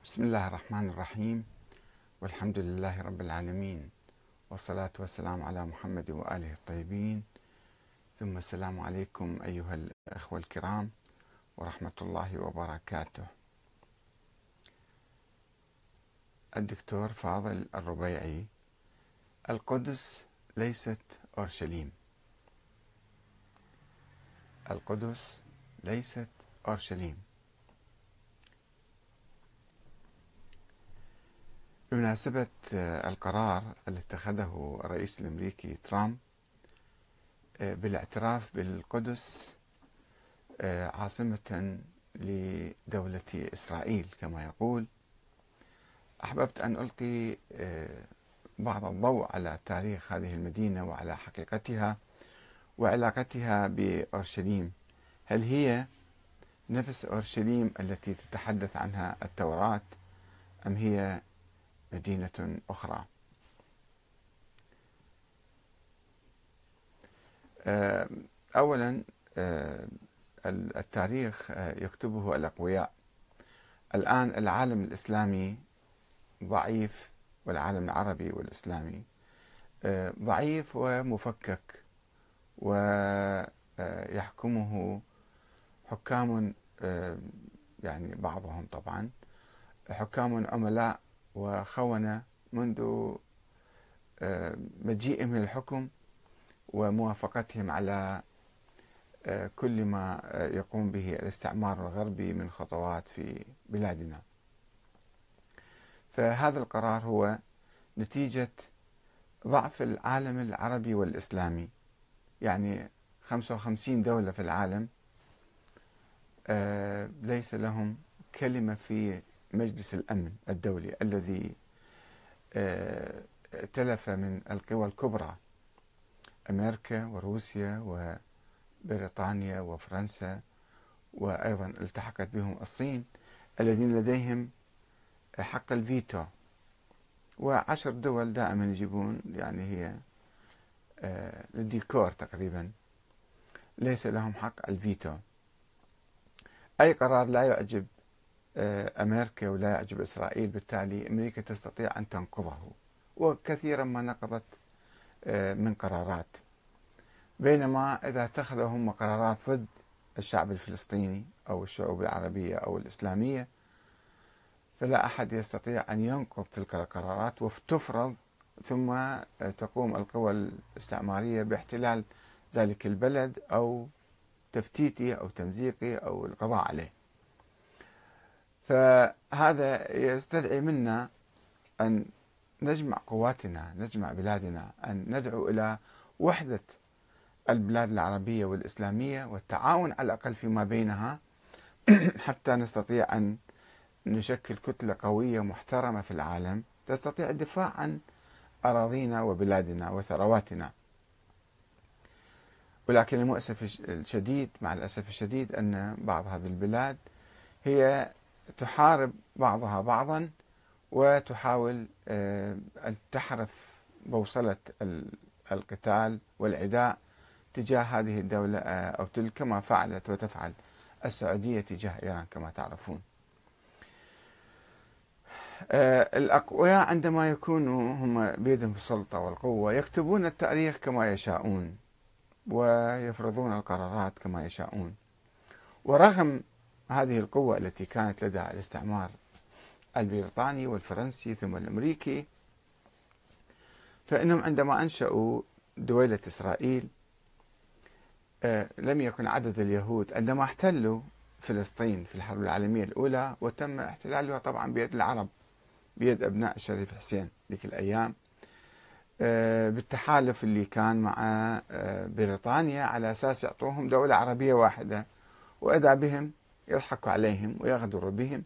بسم الله الرحمن الرحيم، والحمد لله رب العالمين، والصلاة والسلام على محمد وآله الطيبين، ثم السلام عليكم أيها الأخوة الكرام ورحمة الله وبركاته. الدكتور فاضل الربيعي: القدس ليست أورشليم. القدس ليست أورشليم. بمناسبة القرار الذي اتخذه الرئيس الأمريكي ترامب بالاعتراف بالقدس عاصمة لدولة إسرائيل كما يقول، أحببت أن ألقي بعض الضوء على تاريخ هذه المدينة وعلى حقيقتها وعلاقتها بأورشليم. هل هي نفس أورشليم التي تتحدث عنها التوراة أم هي مدينة أخرى؟ أولا، التاريخ يكتبه الأقوياء. الآن العالم الإسلامي ضعيف، والعالم العربي والإسلامي ضعيف ومفكك، ويحكمه حكام، يعني بعضهم طبعا حكام عملاء وخونة منذ مجيئهم للحكم وموافقتهم على كل ما يقوم به الاستعمار الغربي من خطوات في بلادنا. فهذا القرار هو نتيجة ضعف العالم العربي والإسلامي، يعني 55 دولة في العالم ليس لهم كلمة في مجلس الأمن الدولي الذي ائتلف من القوى الكبرى: أمريكا وروسيا وبريطانيا وفرنسا، وأيضا التحقت بهم الصين الذين لديهم حق الفيتو، و10 دول دائما يجيبون، يعني هي للديكور تقريبا، ليس لهم حق الفيتو. أي قرار لا يعجب أمريكا ولا يعجب إسرائيل، بالتالي أمريكا تستطيع أن تنقضه، وكثيرا ما نقضت من قرارات. بينما إذا اتخذوا هم قرارات ضد الشعب الفلسطيني أو الشعوب العربية أو الإسلامية، فلا أحد يستطيع أن ينقض تلك القرارات وتفرض، ثم تقوم القوى الاستعمارية باحتلال ذلك البلد أو تفتيته أو تمزيقه أو القضاء عليه. فهذا يستدعي منا أن نجمع قواتنا، نجمع بلادنا، أن ندعو إلى وحدة البلاد العربية والإسلامية والتعاون على الأقل فيما بينها، حتى نستطيع أن نشكل كتلة قوية محترمة في العالم تستطيع الدفاع عن أراضينا وبلادنا وثرواتنا. ولكن المؤسف الشديد، مع الأسف الشديد، أن بعض هذه البلاد هي تحارب بعضها بعضا وتحاول أن تحرف بوصلة القتال والعداء تجاه هذه الدولة أو تلك، كما فعلت وتفعل السعودية تجاه إيران كما تعرفون. الأقوياء عندما يكونوا هم بيدهم السلطة والقوة يكتبون التاريخ كما يشاءون ويفرضون القرارات كما يشاءون. ورغم هذه القوة التي كانت لدى الاستعمار البريطاني والفرنسي ثم الأمريكي، فإنهم عندما أنشأوا دويلة إسرائيل لم يكن عدد اليهود عندما احتلوا فلسطين في الحرب العالمية الأولى، وتم احتلالها طبعا بيد العرب، بيد أبناء الشريف حسين ذيك الأيام، بالتحالف اللي كان مع بريطانيا على أساس يعطوهم دولة عربية واحدة، وإذا بهم يضحكوا عليهم ويغدروا بهم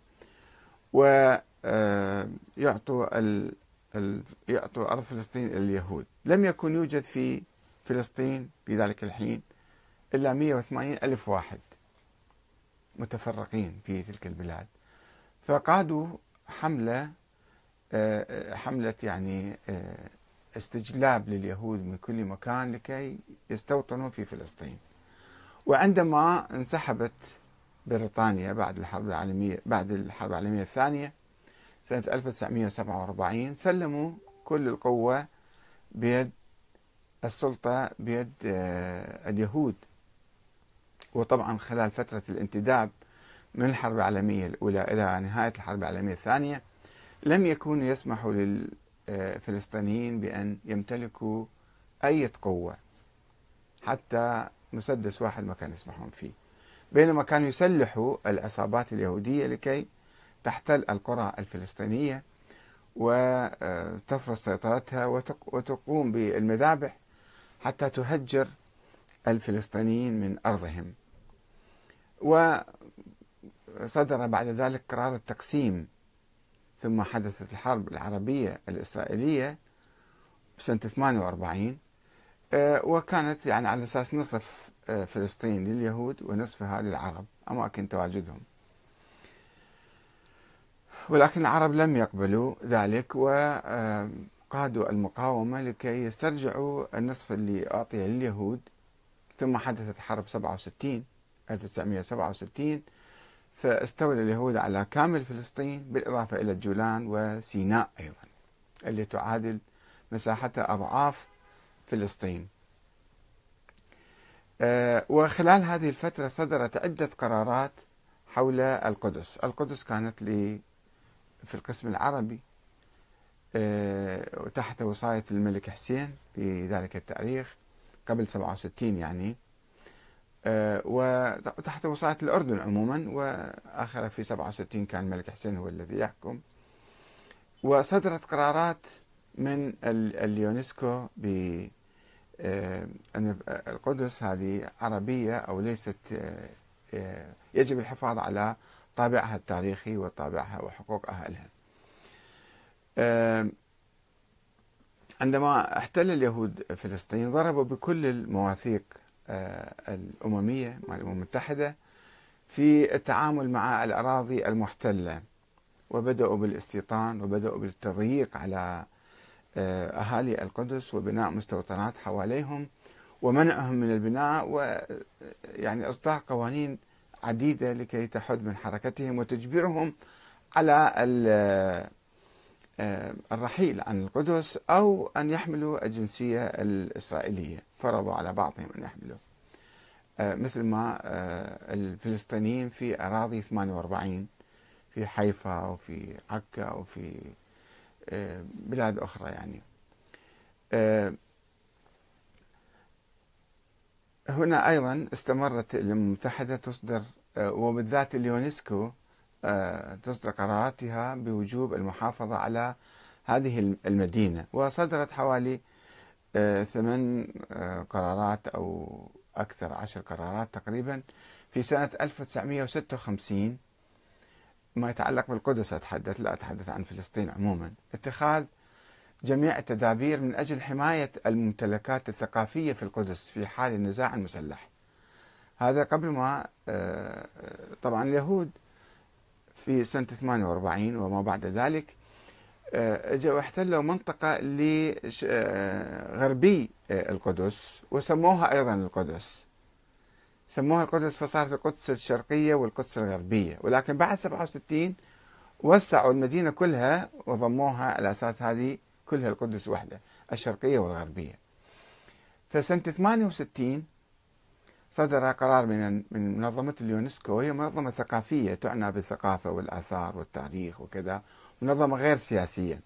ويعطوا يعطوا أرض فلسطين إلى اليهود. لم يكن يوجد في فلسطين في ذلك الحين إلا 180 ألف واحد متفرقين في تلك البلاد، فقادوا حملة يعني استجلاب لليهود من كل مكان لكي يستوطنوا في فلسطين. وعندما انسحبت بريطانيا بعد الحرب العالمية الثانية، سنة 1947 سلموا كل القوة بيد السلطة بيد اليهود. وطبعا خلال فترة الانتداب من الحرب العالمية الأولى إلى نهاية الحرب العالمية الثانية لم يكونوا يسمحوا للفلسطينيين بأن يمتلكوا أي قوة، حتى مسدس واحد ما كان يسمحون فيه، بينما كانوا يسلحوا العصابات اليهودية لكي تحتل القرى الفلسطينية وتفرض سيطرتها وتقوم بالمذابح حتى تهجر الفلسطينيين من أرضهم. وصدر بعد ذلك قرار التقسيم، ثم حدثت الحرب العربية الإسرائيلية سنة 48، وكانت يعني على أساس نصف فلسطين لليهود ونصفها للعرب أماكن تواجدهم، ولكن العرب لم يقبلوا ذلك وقادوا المقاومة لكي يسترجعوا النصف اللي أعطي لليهود. ثم حدثت حرب 1967 فاستولى اليهود على كامل فلسطين بالإضافة إلى الجولان وسيناء أيضا اللي تعادل مساحتها أضعاف فلسطين. وخلال هذه الفترة صدرت عدة قرارات حول القدس. القدس كانت في القسم العربي تحت وصاية الملك حسين في ذلك التاريخ قبل 67 يعني، وتحت وصاية الأردن عموما، وآخر في 67 كان الملك حسين هو الذي يحكم. وصدرت قرارات من اليونسكو بأن القدس هذه عربية أو ليست، يجب الحفاظ على طابعها التاريخي وطابعها وحقوق أهلها. عندما احتل اليهود فلسطين ضربوا بكل المواثيق الأممية مع الأمم المتحدة في التعامل مع الأراضي المحتلة، وبدأوا بالاستيطان وبدأوا بالتضييق على أهالي القدس وبناء مستوطنات حواليهم ومنعهم من البناء، ويعني إصدار قوانين عديدة لكي تحد من حركتهم وتجبرهم على الرحيل عن القدس أو أن يحملوا الجنسية الإسرائيلية. فرضوا على بعضهم أن يحملوا، مثل ما الفلسطينيين في أراضي 48 في حيفا وفي عكا وفي بلاد أخرى يعني. هنا أيضا استمرت الأمم المتحدة تصدر وبالذات اليونسكو تصدر قراراتها بوجوب المحافظة على هذه المدينة، وصدرت حوالي 8 قرارات أو أكثر 10 قرارات تقريبا في سنة 1956 ما يتعلق بالقدس. لا أتحدث عن فلسطين عموما. اتخاذ جميع التدابير من أجل حماية الممتلكات الثقافية في القدس في حال النزاع المسلح. هذا قبل ما طبعا اليهود في سنة 48 وما بعد ذلك اجوا احتلوا منطقة غربي القدس وسموها أيضا القدس، سموها القدس، فصارت القدس الشرقية والقدس الغربية. ولكن بعد 67 وسعوا المدينة كلها وضموها على أساس هذه كلها القدس وحدة، الشرقية والغربية. فسنة 68 صدر قرار من منظمة اليونسكو، وهي منظمة ثقافية تعنى بالثقافة والآثار والتاريخ وكذا، منظمة غير سياسية.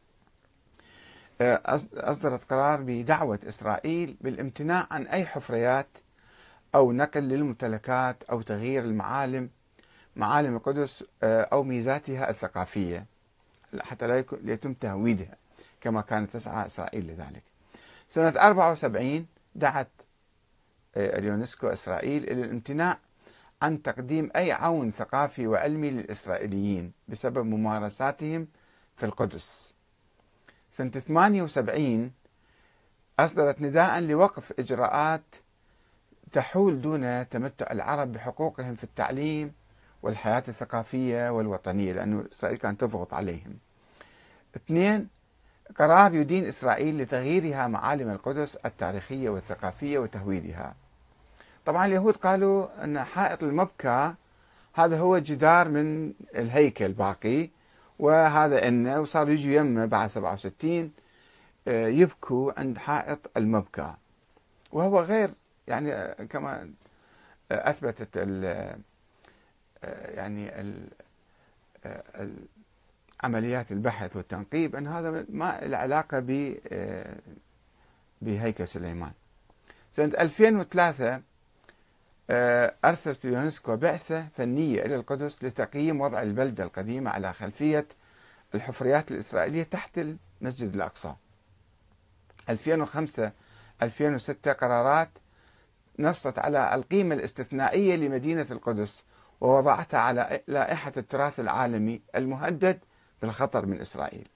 أصدرت قرار بدعوة إسرائيل بالامتناع عن أي حفريات أو نقل للممتلكات أو تغيير معالم القدس أو ميزاتها الثقافية حتى لا يتم تهويدها كما كانت تسعى إسرائيل لذلك. سنة 74 دعت اليونسكو إسرائيل إلى الامتناع عن تقديم أي عون ثقافي وعلمي للإسرائيليين بسبب ممارساتهم في القدس. سنة 78 أصدرت نداء لوقف إجراءات تحول دون تمتع العرب بحقوقهم في التعليم والحياة الثقافية والوطنية، لأن إسرائيل كانت تضغط عليهم. 2. قرار يدين إسرائيل لتغييرها معالم القدس التاريخية والثقافية وتهويدها. طبعا اليهود قالوا أن حائط المبكى هذا هو جدار من الهيكل باقي، وهذا إنه وصار يجوا يمه بعد 67 يبكوا عند حائط المبكى، وهو غير يعني كما أثبتت يعني عمليات البحث والتنقيب أن هذا ما له علاقة بهيكل سليمان. سنة 2003 أرسلت اليونسكو بعثة فنية إلى القدس لتقييم وضع البلدة القديمة على خلفية الحفريات الإسرائيلية تحت المسجد الأقصى. 2005 2006 قرارات نصت على القيمة الاستثنائية لمدينة القدس ووضعتها على لائحة التراث العالمي المهدد بالخطر من إسرائيل.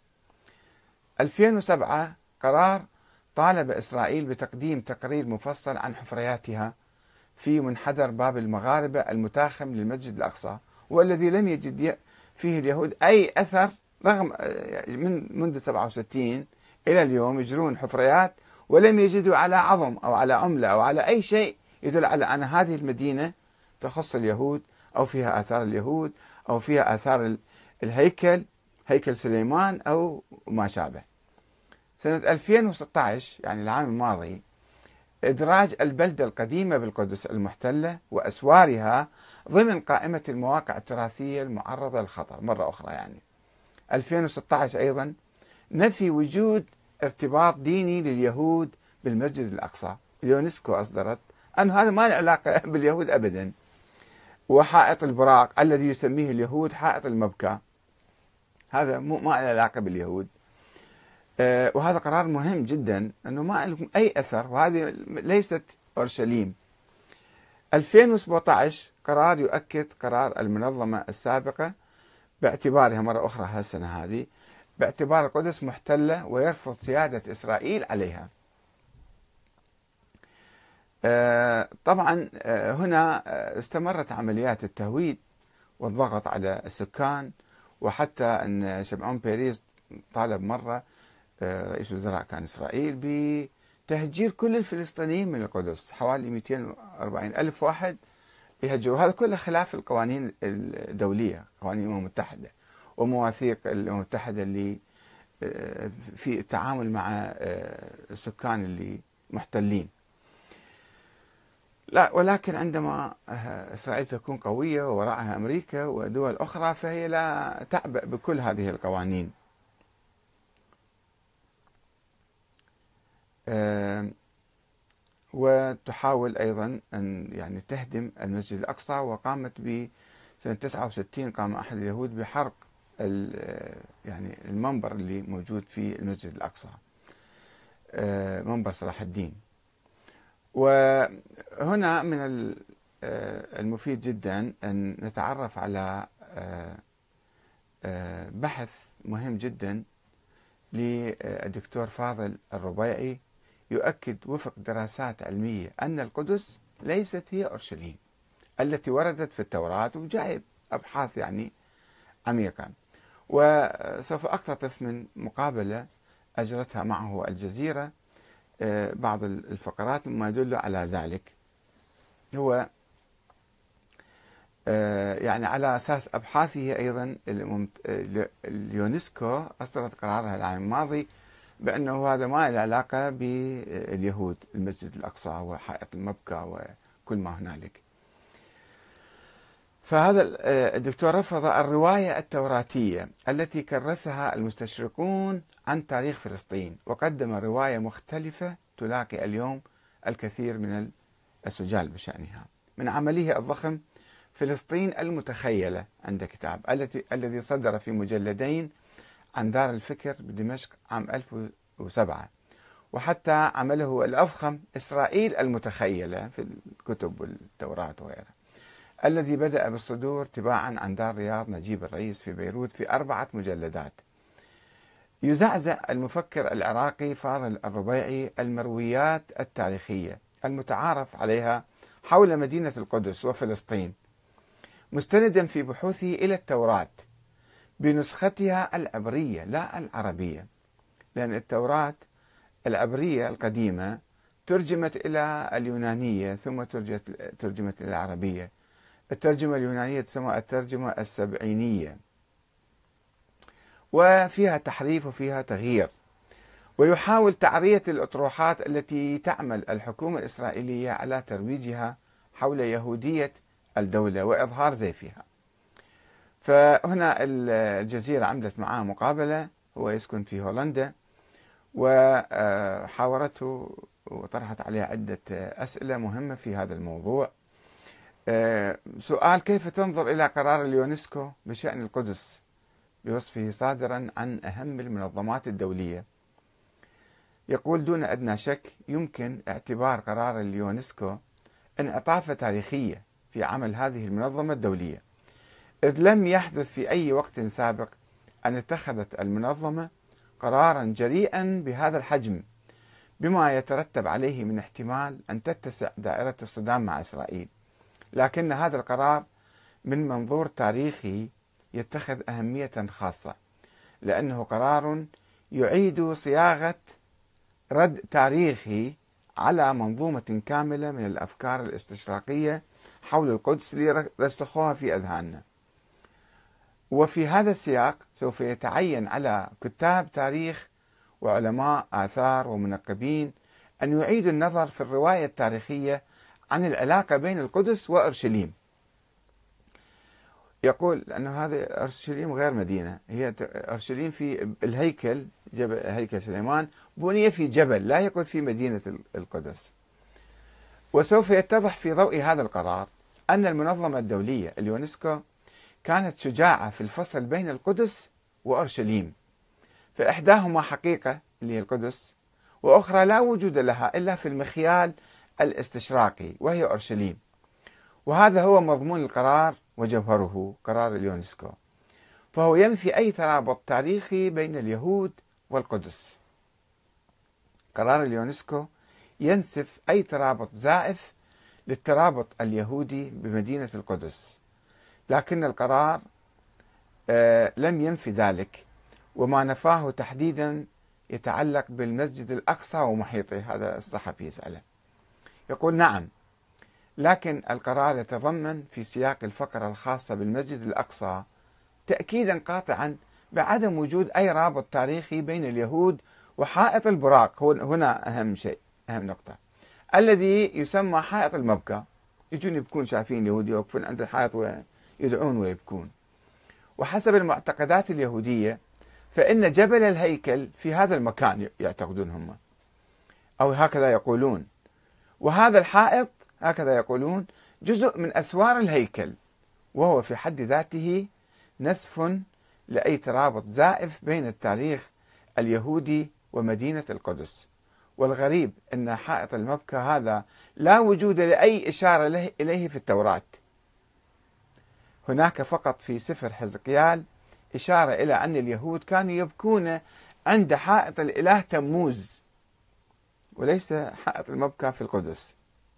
2007 قرار طالب إسرائيل بتقديم تقرير مفصل عن حفرياتها في منحدر باب المغاربة المتاخم للمسجد الأقصى، والذي لم يجد فيه اليهود أي أثر رغم منذ 67 إلى اليوم يجرون حفريات ولم يجدوا على عظم أو على عملة أو على أي شيء يدل على أن هذه المدينة تخص اليهود أو فيها آثار اليهود أو فيها آثار الهيكل، هيكل سليمان أو ما شابه. سنة 2016 يعني العام الماضي إدراج البلدة القديمة بالقدس المحتلة وأسوارها ضمن قائمة المواقع التراثية المعرضة للخطر مرة أخرى. يعني 2016 أيضا نفي وجود ارتباط ديني لليهود بالمسجد الأقصى، اليونسكو أصدرت أن هذا ما له علاقة باليهود أبدا. وحائط البراق الذي يسميه اليهود حائط المبكى، هذا ما له علاقة باليهود. وهذا قرار مهم جدا أنه ما لكم أي أثر، وهذه ليست أورشليم. 2017 قرار يؤكد قرار المنظمة السابقة باعتبارها مرة أخرى هالسنة هذه باعتبار القدس محتلة ويرفض سيادة إسرائيل عليها. طبعا هنا استمرت عمليات التهويد والضغط على السكان، وحتى أن شمعون بيريز طالب مرة رئيس الوزراء كان إسرائيل بتهجير كل الفلسطينيين من القدس، حوالي 240 ألف واحد يهجروا. هذا كله خلاف القوانين الدولية، قوانين الأمم المتحدة ومواثيق الأمم المتحدة اللي في التعامل مع السكان اللي محتلين. لا، ولكن عندما إسرائيل تكون قوية ووراءها أمريكا ودول أخرى فهي لا تعبأ بكل هذه القوانين. وتحاول أيضا أن يعني تهدم المسجد الأقصى، وقامت بسنة 69 قام أحد اليهود بحرق يعني المنبر اللي موجود في المسجد الأقصى، منبر صلاح الدين. وهنا من المفيد جدا أن نتعرف على بحث مهم جدا للدكتور فاضل الربيعي يؤكد وفق دراسات علمية أن القدس ليست هي أورشليم التي وردت في التوراة، وجايب أبحاث يعني عميقة. وسوف أقتطف من مقابلة أجرتها معه الجزيرة بعض الفقرات مما يدل على ذلك. هو يعني على أساس أبحاثه أيضا اليونسكو أصدرت قرارها العام الماضي بأنه هذا ما له علاقة باليهود، المسجد الأقصى وحائط المبكى وكل ما هنالك. فهذا الدكتور رفض الرواية التوراتية التي كرسها المستشرقون عن تاريخ فلسطين، وقدم رواية مختلفة تلاقي اليوم الكثير من السجال بشأنها. من عمله الضخم فلسطين المتخيلة عند كتاب الذي صدر في مجلدين عن دار الفكر بدمشق عام 2007، وحتى عمله الأضخم إسرائيل المتخيلة في الكتب والتوراة وغيرها، الذي بدأ بالصدور تباعا عن دار رياض نجيب الرئيس في بيروت في 4 مجلدات. يزعزع المفكر العراقي فاضل الربيعي المرويات التاريخية المتعارف عليها حول مدينة القدس وفلسطين، مستندا في بحوثه إلى التوراة بنسختها العبرية لا العربية، لأن التوراة العبرية القديمة ترجمت إلى اليونانية ثم ترجمت إلى العربية. الترجمة اليونانية تسمى الترجمة السبعينية. وفيها تحريف وفيها تغيير، ويحاول تعرية الأطروحات التي تعمل الحكومة الإسرائيلية على ترويجها حول يهودية الدولة وإظهار زيفها. فهنا الجزيرة عملت معاه مقابلة، هو يسكن في هولندا، وحاورته وطرحت عليه عدة أسئلة مهمة في هذا الموضوع. سؤال: كيف تنظر إلى قرار اليونسكو بشأن القدس بوصفه صادرا عن أهم المنظمات الدولية؟ يقول: دون أدنى شك يمكن اعتبار قرار اليونسكو انعطافة تاريخية في عمل هذه المنظمة الدولية، إذ لم يحدث في أي وقت سابق أن اتخذت المنظمة قرارا جريئا بهذا الحجم، بما يترتب عليه من احتمال أن تتسع دائرة الصدام مع إسرائيل. لكن هذا القرار من منظور تاريخي يتخذ أهمية خاصة، لأنه قرار يعيد صياغة رد تاريخي على منظومة كاملة من الأفكار الاستشراقية حول القدس اللي رسخوها في أذهاننا. وفي هذا السياق سوف يتعين على كتاب تاريخ وعلماء آثار ومنقبين أن يعيدوا النظر في الرواية التاريخية عن العلاقة بين القدس وأورشليم. يقول أنه هذه أورشليم غير مدينة، هي أورشليم في الهيكل، جبل هيكل سليمان بني في جبل، لا يكون في مدينة القدس. وسوف يتضح في ضوء هذا القرار أن المنظمة الدولية اليونسكو كانت شجاعة في الفصل بين القدس وأورشليم، فإحداهما حقيقة اللي هي القدس، وأخرى لا وجود لها إلا في المخيال الاستشراقي وهي أورشليم. وهذا هو مضمون القرار وجوهره، قرار اليونسكو، فهو ينفي أي ترابط تاريخي بين اليهود والقدس. قرار اليونسكو ينسف أي ترابط زائف للترابط اليهودي بمدينة القدس، لكن القرار لم ينفي ذلك، وما نفاه تحديدا يتعلق بالمسجد الأقصى ومحيطه. هذا الصحفي يسأله، يقول: نعم، لكن القرار يتضمن في سياق الفقرة الخاصة بالمسجد الأقصى تأكيدا قاطعا بعدم وجود أي رابط تاريخي بين اليهود وحائط البراق. هنا أهم شيء، أهم نقطة، الذي يسمى حائط المبكى. يجون يبكون، شايفين اليهود يوقفون عند الحائط ويدعون ويبكون. وحسب المعتقدات اليهودية فإن جبل الهيكل في هذا المكان، يعتقدون هم، أو هكذا يقولون، وهذا الحائط هكذا يقولون جزء من أسوار الهيكل، وهو في حد ذاته نسف لأي ترابط زائف بين التاريخ اليهودي ومدينة القدس. والغريب أن حائط المبكى هذا لا وجود لأي إشارة إليه في التوراة. هناك فقط في سفر حزقيال إشارة إلى أن اليهود كانوا يبكون عند حائط الإله تموز، وليس حائط المبكى في القدس.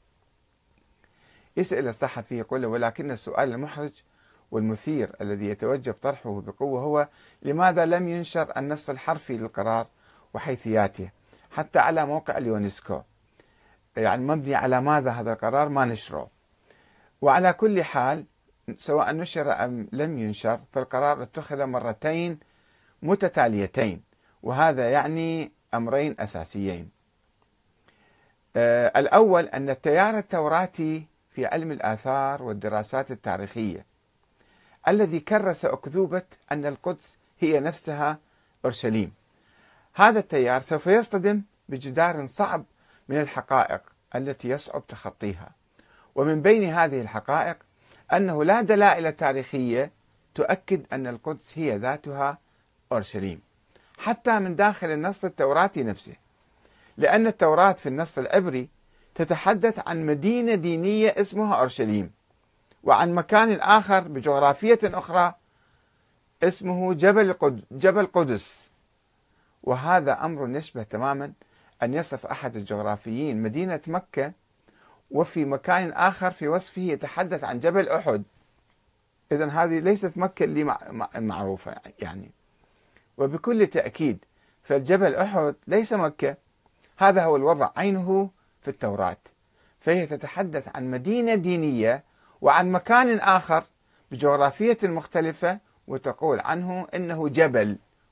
يسأل الصحفي، يقول: ولكن السؤال المحرج والمثير الذي يتوجب طرحه بقوة هو: لماذا لم ينشر النص الحرفي للقرار وحيثياته حتى على موقع اليونسكو؟ يعني مبني على ماذا هذا القرار ما نشره؟ وعلى كل حال، سواء نشر أم لم ينشر، فالقرار اتخذ مرتين متتاليتين، وهذا يعني أمرين أساسيين. الأول أن التيار التوراتي في علم الآثار والدراسات التاريخية الذي كرس أكذوبة أن القدس هي نفسها أورشليم، هذا التيار سوف يصطدم بجدار صعب من الحقائق التي يصعب تخطيها. ومن بين هذه الحقائق أنه لا دلائل تاريخية تؤكد أن القدس هي ذاتها أورشليم، حتى من داخل النص التوراتي نفسه، لأن التوراة في النص العبري تتحدث عن مدينة دينية اسمها أورشليم، وعن مكان آخر بجغرافية أخرى اسمه جبل قدس. وهذا أمر يشبه تماما أن يصف أحد الجغرافيين مدينة مكة وفي مكان آخر في وصفه يتحدث عن جبل أحد. إذن هذه ليست مكة اللي معروفة يعني. وبكل تأكيد فالجبل أحد ليس مكة، هذا هو الوضع عينه في التوراة، فهي تتحدث عن مدينة دينية وعن مكان آخر بجغرافية مختلفة، وتقول عنه إنه جبل،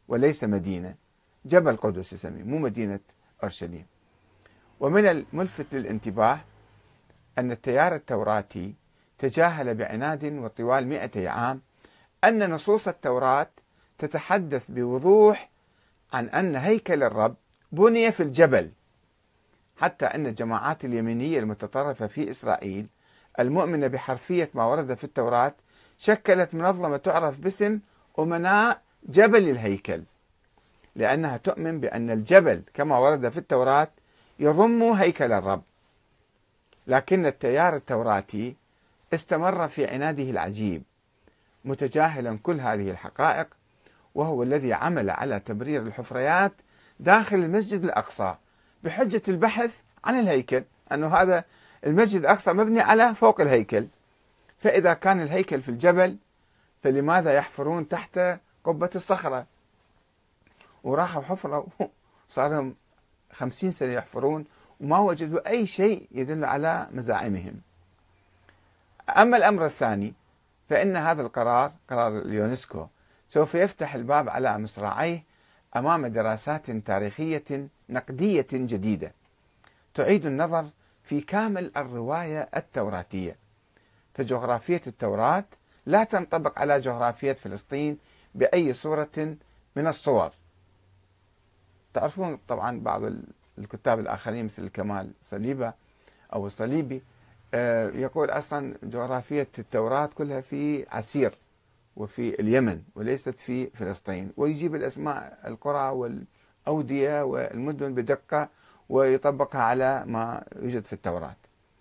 وليس مدينة، جبل قدس يسميه، مو مدينة أورشليم. ومن الملفت للانتباه أن التيار التوراتي تجاهل بعناد وطوال 200 عام أن نصوص التوراة تتحدث بوضوح عن أن هيكل الرب بني في الجبل، حتى أن الجماعات اليمينية المتطرفة في إسرائيل المؤمنة بحرفية ما ورد في التوراة شكلت منظمة تعرف باسم أمناء جبل الهيكل، لأنها تؤمن بأن الجبل كما ورد في التوراة يضم هيكل الرب. لكن التيار التوراتي استمر في عناده العجيب متجاهلا كل هذه الحقائق، وهو الذي عمل على تبرير الحفريات داخل المسجد الأقصى بحجة البحث عن الهيكل، أنه هذا المسجد الأقصى مبني على فوق الهيكل، فإذا كان الهيكل في الجبل فلماذا يحفرون تحت قبة الصخرة؟ وراحوا حفرة صار لهم 50 سنة يحفرون وما وجدوا أي شيء يدل على مزاعمهم. أما الأمر الثاني فإن هذا القرار، قرار اليونسكو، سوف يفتح الباب على مصراعيه أمام دراسات تاريخية نقدية جديدة تعيد النظر في كامل الرواية التوراتية، فجغرافية التوراة لا تنطبق على جغرافية فلسطين بأي صورة من الصور. تعرفون طبعا بعض الكتاب الآخرين مثل كمال صليبة أو الصليبي يقول أصلا جغرافية التوراة كلها في عسير وفي اليمن وليست في فلسطين، ويجيب الأسماء القرى والأودية والمدن بدقة ويطبقها على ما يوجد في التوراة.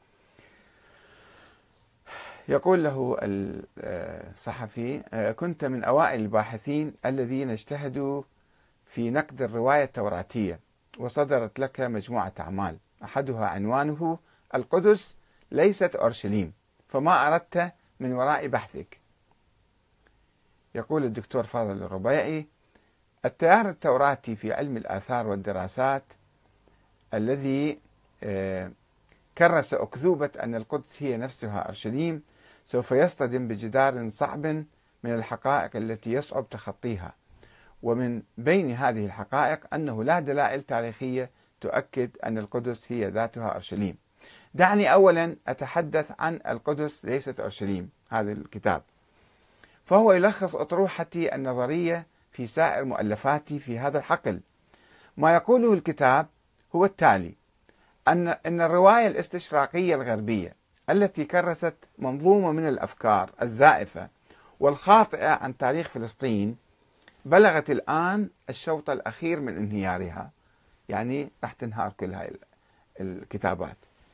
يقول له الصحفي: كنت من أوائل الباحثين الذين اجتهدوا في نقد الرواية التوراتية، وصدرت لك مجموعة أعمال أحدها عنوانه القدس ليست أورشليم، فما أردت من وراء بحثك؟ يقول الدكتور فاضل الربيعي: التيار التوراتي في علم الآثار والدراسات الذي كرس أكذوبة أن القدس هي نفسها أورشليم سوف يصطدم بجدار صعب من الحقائق التي يصعب تخطيها، ومن بين هذه الحقائق أنه لا دلائل تاريخية تؤكد أن القدس هي ذاتها أورشليم. دعني أولا أتحدث عن القدس ليست أورشليم، هذا الكتاب، فهو يلخص أطروحتي النظرية في سائر مؤلفاتي في هذا الحقل. ما يقوله الكتاب هو التالي: أن الرواية الاستشراقية الغربية التي كرست منظومة من الأفكار الزائفة والخاطئة عن تاريخ فلسطين بلغت الآن الشوط الأخير من انهيارها، يعني راح تنهار كل هاي الكتابات،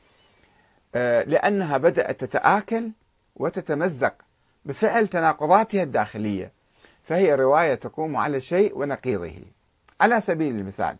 لأنها بدأت تتآكل وتتمزق بفعل تناقضاتها الداخلية، فهي رواية تقوم على شيء ونقيضه. على سبيل المثال،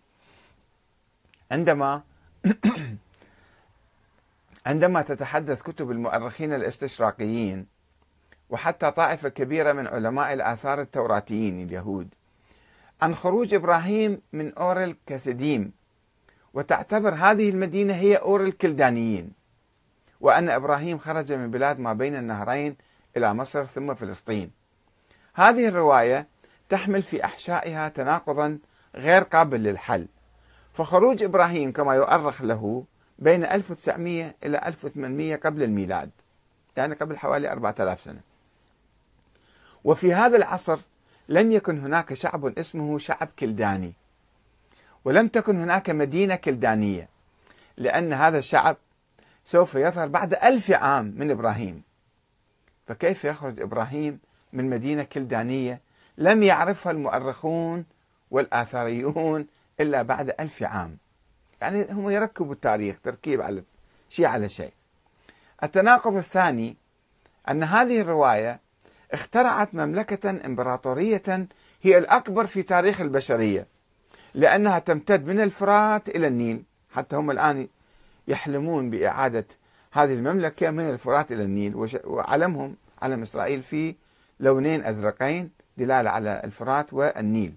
عندما تتحدث كتب المؤرخين الاستشراقيين وحتى طائفة كبيرة من علماء الآثار التوراتيين اليهود عن خروج إبراهيم من أور الكسديم، وتعتبر هذه المدينة هي أور الكلدانيين، وأن إبراهيم خرج من بلاد ما بين النهرين إلى مصر ثم فلسطين، هذه الرواية تحمل في أحشائها تناقضا غير قابل للحل. فخروج إبراهيم كما يؤرخ له بين 1900 إلى 1800 قبل الميلاد، يعني قبل حوالي 4000 سنة، وفي هذا العصر لم يكن هناك شعب اسمه شعب كلداني، ولم تكن هناك مدينة كلدانية، لأن هذا الشعب سوف يظهر بعد 1000 عام من إبراهيم. فكيف يخرج إبراهيم من مدينة كلدانية لم يعرفها المؤرخون والآثاريون إلا بعد 1000 عام؟ يعني هم يركبوا التاريخ تركيب على شيء على شيء. التناقض الثاني أن هذه الرواية اخترعت مملكة إمبراطورية هي الأكبر في تاريخ البشرية، لأنها تمتد من الفرات إلى النيل، حتى هم الآن يحلمون بإعادة هذه المملكة من الفرات إلى النيل، وعلمهم علم إسرائيل فيه لونين أزرقين دلالة على الفرات والنيل،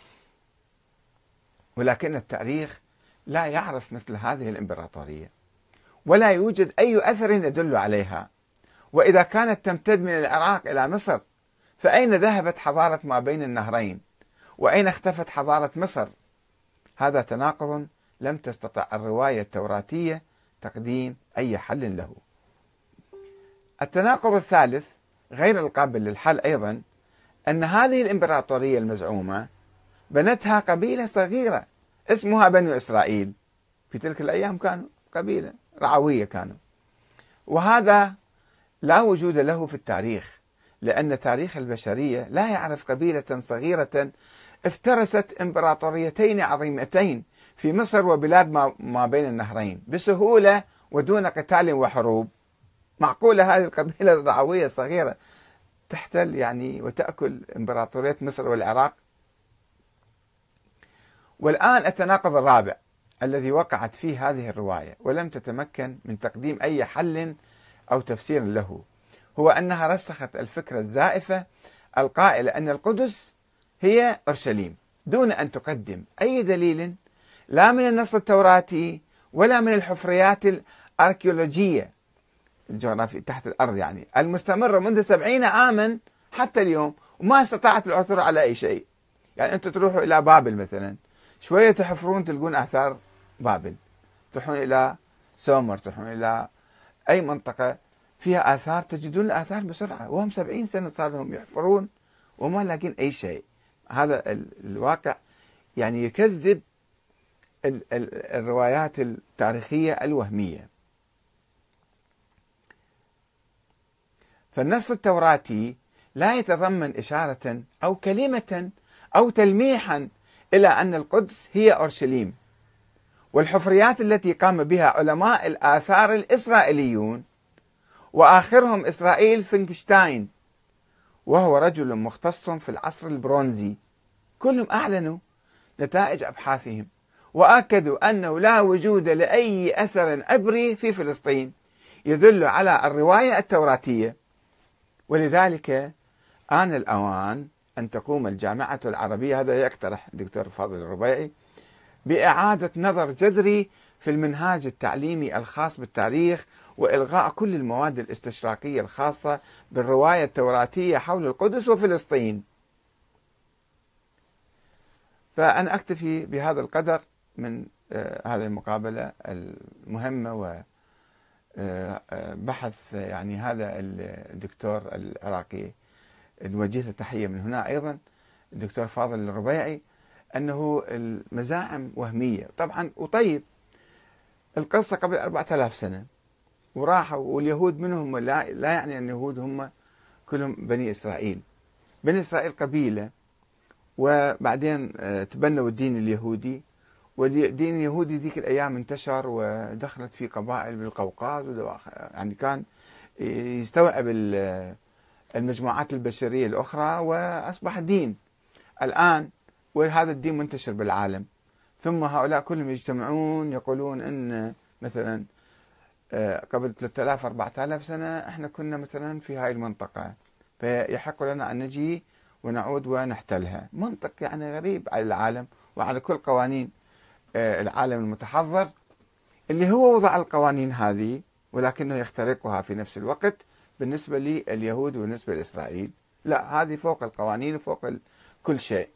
ولكن التاريخ لا يعرف مثل هذه الإمبراطورية، ولا يوجد أي أثر يدل عليها. وإذا كانت تمتد من العراق إلى مصر، فأين ذهبت حضارة ما بين النهرين؟ وأين اختفت حضارة مصر؟ هذا تناقض لم تستطع الرواية التوراتية تقديم أي حل له. التناقض الثالث غير القابل للحل أيضا أن هذه الإمبراطورية المزعومة بنتها قبيلة صغيرة اسمها بنو إسرائيل. في تلك الأيام كانوا قبيلة رعوية كانوا، وهذا لا وجود له في التاريخ، لأن تاريخ البشرية لا يعرف قبيلة صغيرة افترست إمبراطوريتين عظيمتين في مصر وبلاد ما بين النهرين بسهولة ودون قتال وحروب. معقولة هذه القبيلة الرعوية الصغيرة تحتل يعني وتأكل إمبراطورية مصر والعراق؟ والآن التناقض الرابع الذي وقعت فيه هذه الرواية ولم تتمكن من تقديم أي حل أو تفسير له، هو أنها رسخت الفكرة الزائفة القائلة أن القدس هي أورشليم دون أن تقدم أي دليل لا من النص التوراتي ولا من الحفريات الأركيولوجية الجغرافية تحت الأرض يعني المستمرة منذ 70 عاما حتى اليوم، وما استطاعت العثور على أي شيء. يعني أنتم تروحوا إلى بابل مثلا شوية تحفرون تلقون آثار بابل، تروحون إلى سومر، تروحون إلى أي منطقة فيها آثار تجدون الآثار بسرعة، وهم 70 سنة صار لهم يحفرون وما لاقين أي شيء. هذا الواقع يعني يكذب الروايات التاريخية الوهمية. فالنص التوراتي لا يتضمن إشارة أو كلمة أو تلميحا إلى أن القدس هي أورشليم، والحفريات التي قام بها علماء الآثار الإسرائيليون وآخرهم إسرائيل فينكشتاين وهو رجل مختص في العصر البرونزي، كلهم أعلنوا نتائج أبحاثهم وأكدوا أنه لا وجود لأي أثر عبري في فلسطين يدل على الرواية التوراتية. ولذلك آن الأوان أن تقوم الجامعة العربية، هذا يقترح الدكتور فاضل الربيعي، بإعادة نظر جذري في المنهاج التعليمي الخاص بالتاريخ وإلغاء كل المواد الاستشراقية الخاصة بالرواية التوراتية حول القدس وفلسطين. فأنا أكتفي بهذا القدر من هذه المقابلة المهمة وبحث يعني هذا الدكتور العراقي نوجه له تحية من هنا أيضا الدكتور فاضل الربيعي، أنه المزاعم وهمية طبعا. وطيب القصة قبل 4000 سنة وراحوا، واليهود منهم لا يعني أن اليهود هم كلهم بني إسرائيل. بني إسرائيل قبيلة، وبعدين تبنوا الدين اليهودي، والدين اليهودي ذيك الأيام انتشر ودخلت في قبائل بالقوقاز، يعني كان يستوعب المجموعات البشرية الأخرى وأصبح دين الآن، وهذا الدين منتشر بالعالم. ثم هؤلاء كلهم يجتمعون يقولون أن مثلا قبل 3000 4000 سنة احنا كنا مثلا في هاي المنطقة، فيحق لنا أن نجي ونعود ونحتلها. منطق يعني غريب على العالم وعلى كل قوانين العالم المتحضر اللي هو وضع القوانين هذه، ولكنه يخترقها في نفس الوقت بالنسبة لليهود وبالنسبة لإسرائيل. لا، هذه فوق القوانين وفوق كل شيء.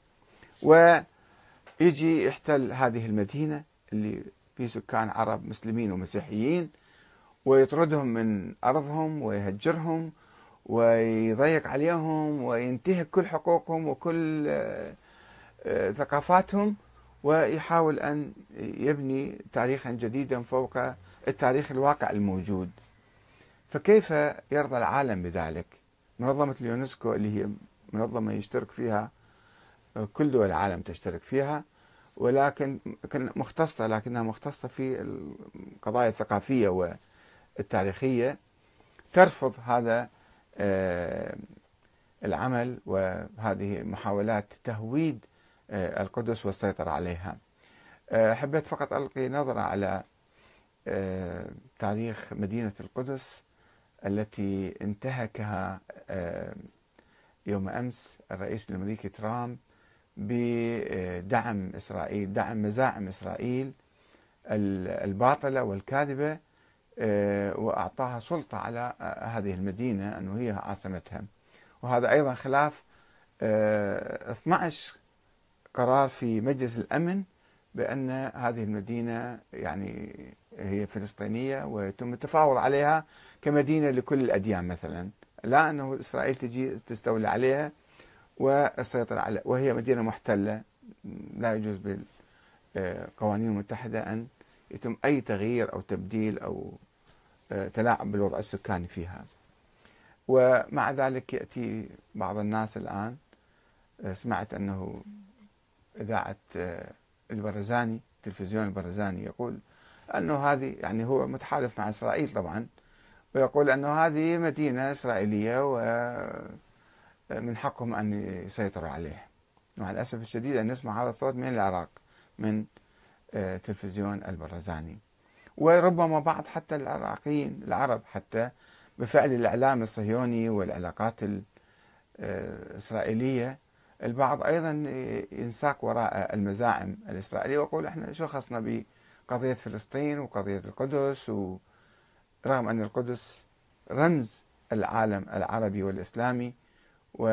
ويجي يحتل هذه المدينة اللي في سكان عرب مسلمين ومسيحيين، ويطردهم من أرضهم ويهجرهم ويضيق عليهم وينتهك كل حقوقهم وكل ثقافاتهم، ويحاول أن يبني تاريخا جديدا فوق التاريخ الواقع الموجود. فكيف يرضى العالم بذلك؟ منظمة اليونسكو اللي هي منظمة يشترك فيها كل دول العالم تشترك فيها، ولكن مختصة، لكنها مختصة في القضايا الثقافية والتاريخية، ترفض هذا العمل وهذه محاولات تهويد القدس والسيطرة عليها. حبيت فقط ألقي نظرة على تاريخ مدينة القدس التي انتهكها يوم أمس الرئيس الأمريكي ترامب بدعم إسرائيل، دعم مزاعم إسرائيل الباطلة والكاذبة، وأعطاها سلطة على هذه المدينة أنه هي عاصمتها. وهذا أيضا خلاف 12 قرار في مجلس الأمن بأن هذه المدينة يعني هي فلسطينية ويتم التفاوض عليها كمدينة لكل الأديان مثلا، لا أنه إسرائيل تجي تستولي عليها والسيطرة عليها، وهي مدينة محتلة لا يجوز بالقوانين المتحدة أن يتم أي تغيير أو تبديل أو تلاعب بالوضع السكاني فيها. ومع ذلك يأتي بعض الناس الآن، سمعت أنه إذاعة البرزاني، تلفزيون البرزاني، يقول أنه هذه يعني هو متحالف مع إسرائيل طبعا، ويقول أنه هذه مدينة إسرائيلية ومن حقهم أن يسيطروا عليها. مع الأسف الشديد أن نسمع هذا الصوت من العراق، من تلفزيون البرزاني. وربما بعض حتى العراقيين العرب حتى بفعل الإعلام الصهيوني والعلاقات الإسرائيلية، البعض أيضا ينساق وراء المزاعم الإسرائيلية ويقول إحنا شو خصنا بقضية فلسطين وقضية القدس، ورغم أن القدس رمز العالم العربي والإسلامي، و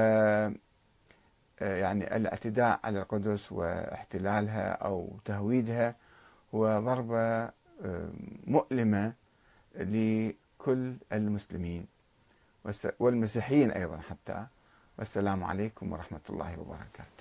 يعني الاعتداء على القدس واحتلالها أو تهويدها هو ضربة مؤلمة لكل المسلمين والمسيحيين أيضا حتى. والسلام عليكم ورحمة الله وبركاته.